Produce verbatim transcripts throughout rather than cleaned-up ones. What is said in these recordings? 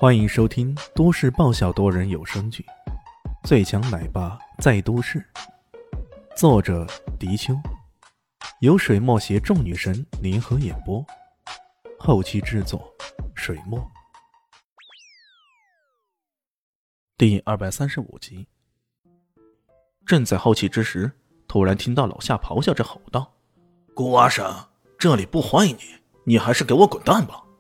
欢迎收听都市爆笑多人有声剧《最强奶爸在都市》，作者：迪秋，由水墨携众女神联合演播，后期制作：水墨。第二百三十五集。正在好奇之时，突然听到老夏咆哮着吼道：“ 顾阿生，这里不欢迎你，你还是给我滚蛋吧！”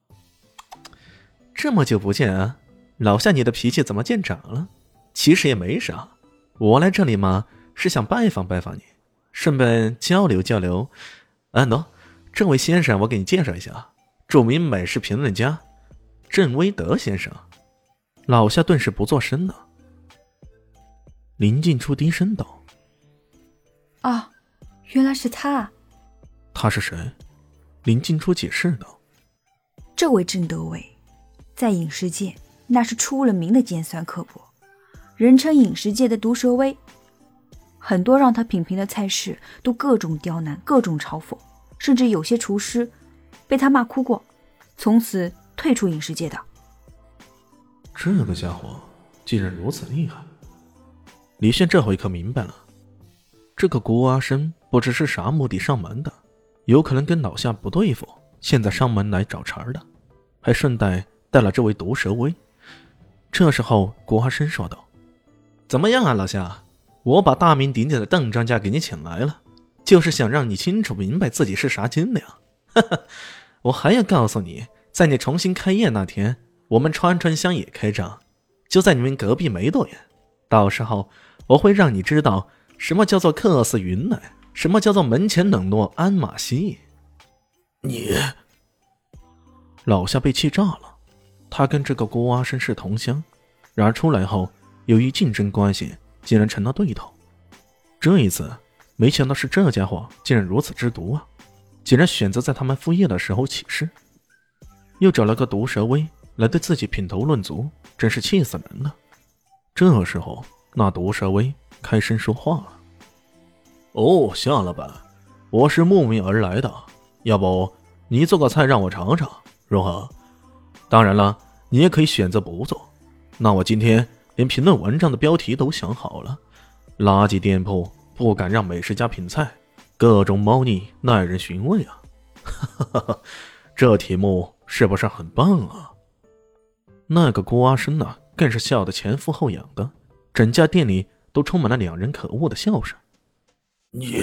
这么久不见啊，老夏你的脾气怎么见长了？其实也没啥，我来这里嘛是想拜访拜访你，顺便交流交流。安诺，这位先生我给你介绍一下，著名美食评论家郑威德先生。老夏顿时不作声了。林静初低声道：“ 啊，原来是他。” 他是谁？林静初解释道：“ 这位郑德伟在饮食界那是出了名的尖酸刻薄，人称饮食界的毒蛇威，很多让他品评的菜式都各种刁难，各种嘲讽，甚至有些厨师被他骂哭过，从此退出饮食界的。” 这个家伙竟然如此厉害。李炫这回可明白了，这个郭阿生不知是啥目的上门的，有可能跟老夏不对付，现在上门来找茬的，还顺带带了这位毒蛇威。这时候郭阿生说道：“怎么样啊老夏，我把大名鼎鼎的邓专家给你请来了，就是想让你清楚明白自己是啥斤两。哈哈，我还要告诉你，在你重新开业那天，我们川川乡也开张，就在你们隔壁没多远，到时候我会让你知道什么叫做客似云来，什么叫做门前冷落鞍马稀。” 你老夏被气炸了，他跟这个郭阿生是同乡，然而出来后由于竞争关系竟然成了对头。这一次没想到是这家伙竟然如此之毒啊，竟然选择在他们副业的时候起事，又找了个毒蛇威来对自己品头论足，真是气死人了。这时候那毒蛇威开声说话了：“ 哦，夏老板，我是慕名而来的，要不你做个菜让我尝尝如何？当然了，你也可以选择不做。那我今天连评论文章的标题都想好了，垃圾店铺不敢让美食家品菜，各种猫腻耐人寻味啊！哈哈哈，这题目是不是很棒啊？” 那个郭阿生啊，更是笑得前俯后仰的，整家店里都充满了两人可恶的笑声。 你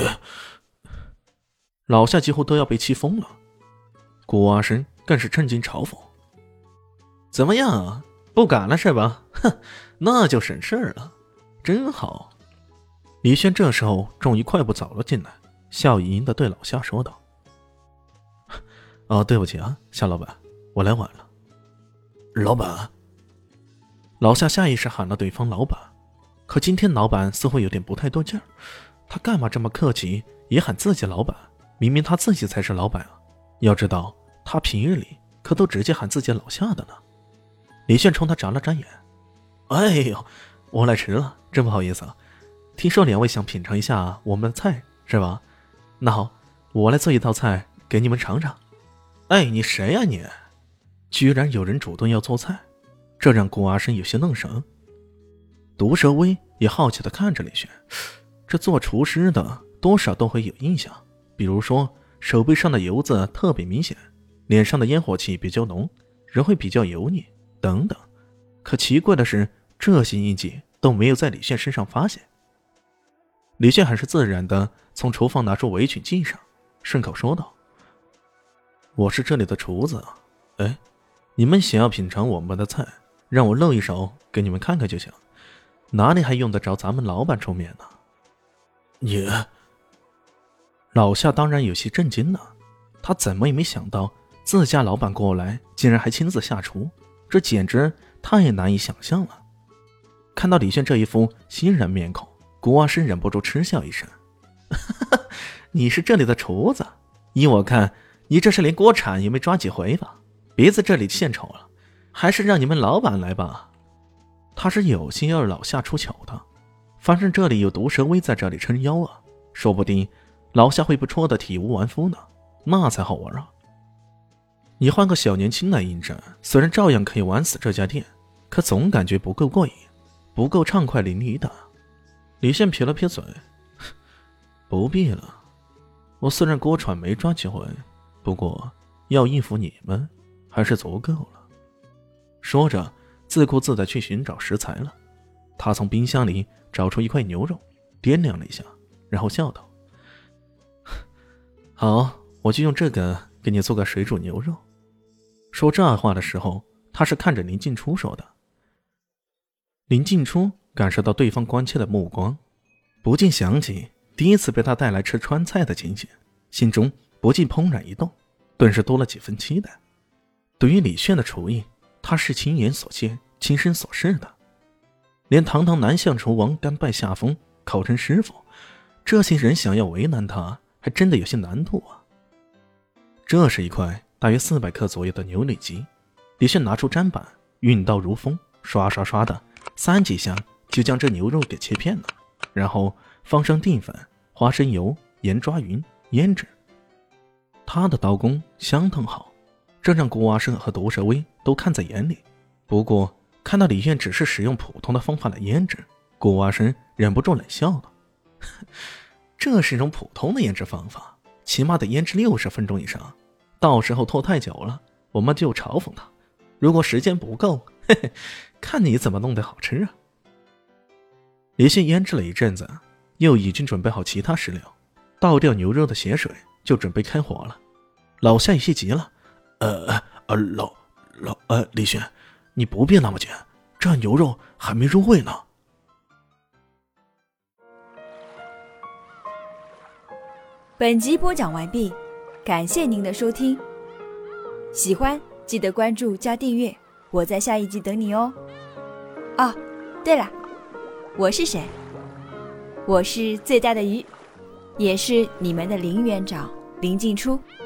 老夏几乎都要被气疯了，郭阿生更是趁机嘲讽：“怎么样啊，不敢了是吧？哼，那就省事了，真好。”李轩这时候终于快步走了进来，笑盈盈地对老夏说道：“哦，对不起啊，夏老板，我来晚了。” 老板。 老夏下意识喊了对方老板，可今天老板似乎有点不太对劲儿，他干嘛这么客气也喊自己老板？明明他自己才是老板啊！要知道他平日里可都直接喊自己老夏的呢。李炫冲他眨了眨眼：“哎呦，我来迟了，真不好意思啊。听说两位想品尝一下我们的菜是吧？那好，我来做一道菜给你们尝尝。”哎，你谁呀你？居然有人主动要做菜，这让郭阿生有些愣神。毒蛇威也好奇地看着李轩，这做厨师的多少都会有印象，比如说手背上的油渍特别明显，脸上的烟火气比较浓，人会比较油腻等等。可奇怪的是，这些印记都没有在李轩身上发现。李轩还是自然地从厨房拿出围裙系上，顺口说道：“我是这里的厨子，哎，你们想要品尝我们的菜，让我露一手给你们看看就行，哪里还用得着咱们老板出面呢？” 你老夏当然有些震惊了，他怎么也没想到自家老板过来竟然还亲自下厨，这简直太难以想象了。看到李炫这一副欣然面孔，郭阿生忍不住嗤笑一声：“你是这里的厨子？依我看，你这是连锅铲也没抓几回吧？别在这里献丑了，还是让你们老板来吧。”他是有心要老夏出糗的，反正这里有毒蛇威在这里撑腰啊，说不定老夏会被戳得体无完肤呢，那才好玩啊。 你换个小年轻来应战，虽然照样可以玩死这家店，可总感觉不够过瘾，不够畅快淋漓的。李现撇了撇嘴，不必了。我虽然锅铲没抓几回，不过要应付你们还是足够了。说着自顾自地去寻找食材了。他从冰箱里找出一块牛肉，掂量了一下，然后笑道：好，我就用这个给你做个水煮牛肉。说这话的时候，他是看着林静初说的。林静初感受到对方关切的目光，不禁想起第一次被他带来吃川菜的情形，心中不禁怦然一动，顿时多了几分期待。对于李炫的厨艺，他是亲眼所见，亲身所示的。连堂堂南向厨王甘拜下风，考成师傅，这些人想要为难他，还真的有些难度啊。这是一块大约四百克左右的牛里脊，李炫拿出砧板，运刀如风，刷刷刷的三几下就将这牛肉给切片了，然后放上淀粉、花生油、盐抓匀腌制。他的刀工相当好，这让郭阿生和毒蛇威都看在眼里。不过看到李炫只是使用普通的方法来腌制，郭阿生忍不住冷笑了。这是一种普通的腌制方法，起码得腌制六十分钟以上，到时候拖太久了，我们就嘲讽他，如果时间不够，嘿嘿，看你怎么弄得好吃啊。李炫腌制了一阵子，又已经准备好其他食料，倒掉牛肉的血水，就准备开火了。老夏有些急了，呃呃老老呃李炫，你不必那么急，这牛肉还没入味呢。 本集播讲完毕，感谢您的收听。喜欢记得关注加订阅，我在下一集等你哦。哦，对了，我是谁？我是最大的鱼，也是你们的林园长林静初。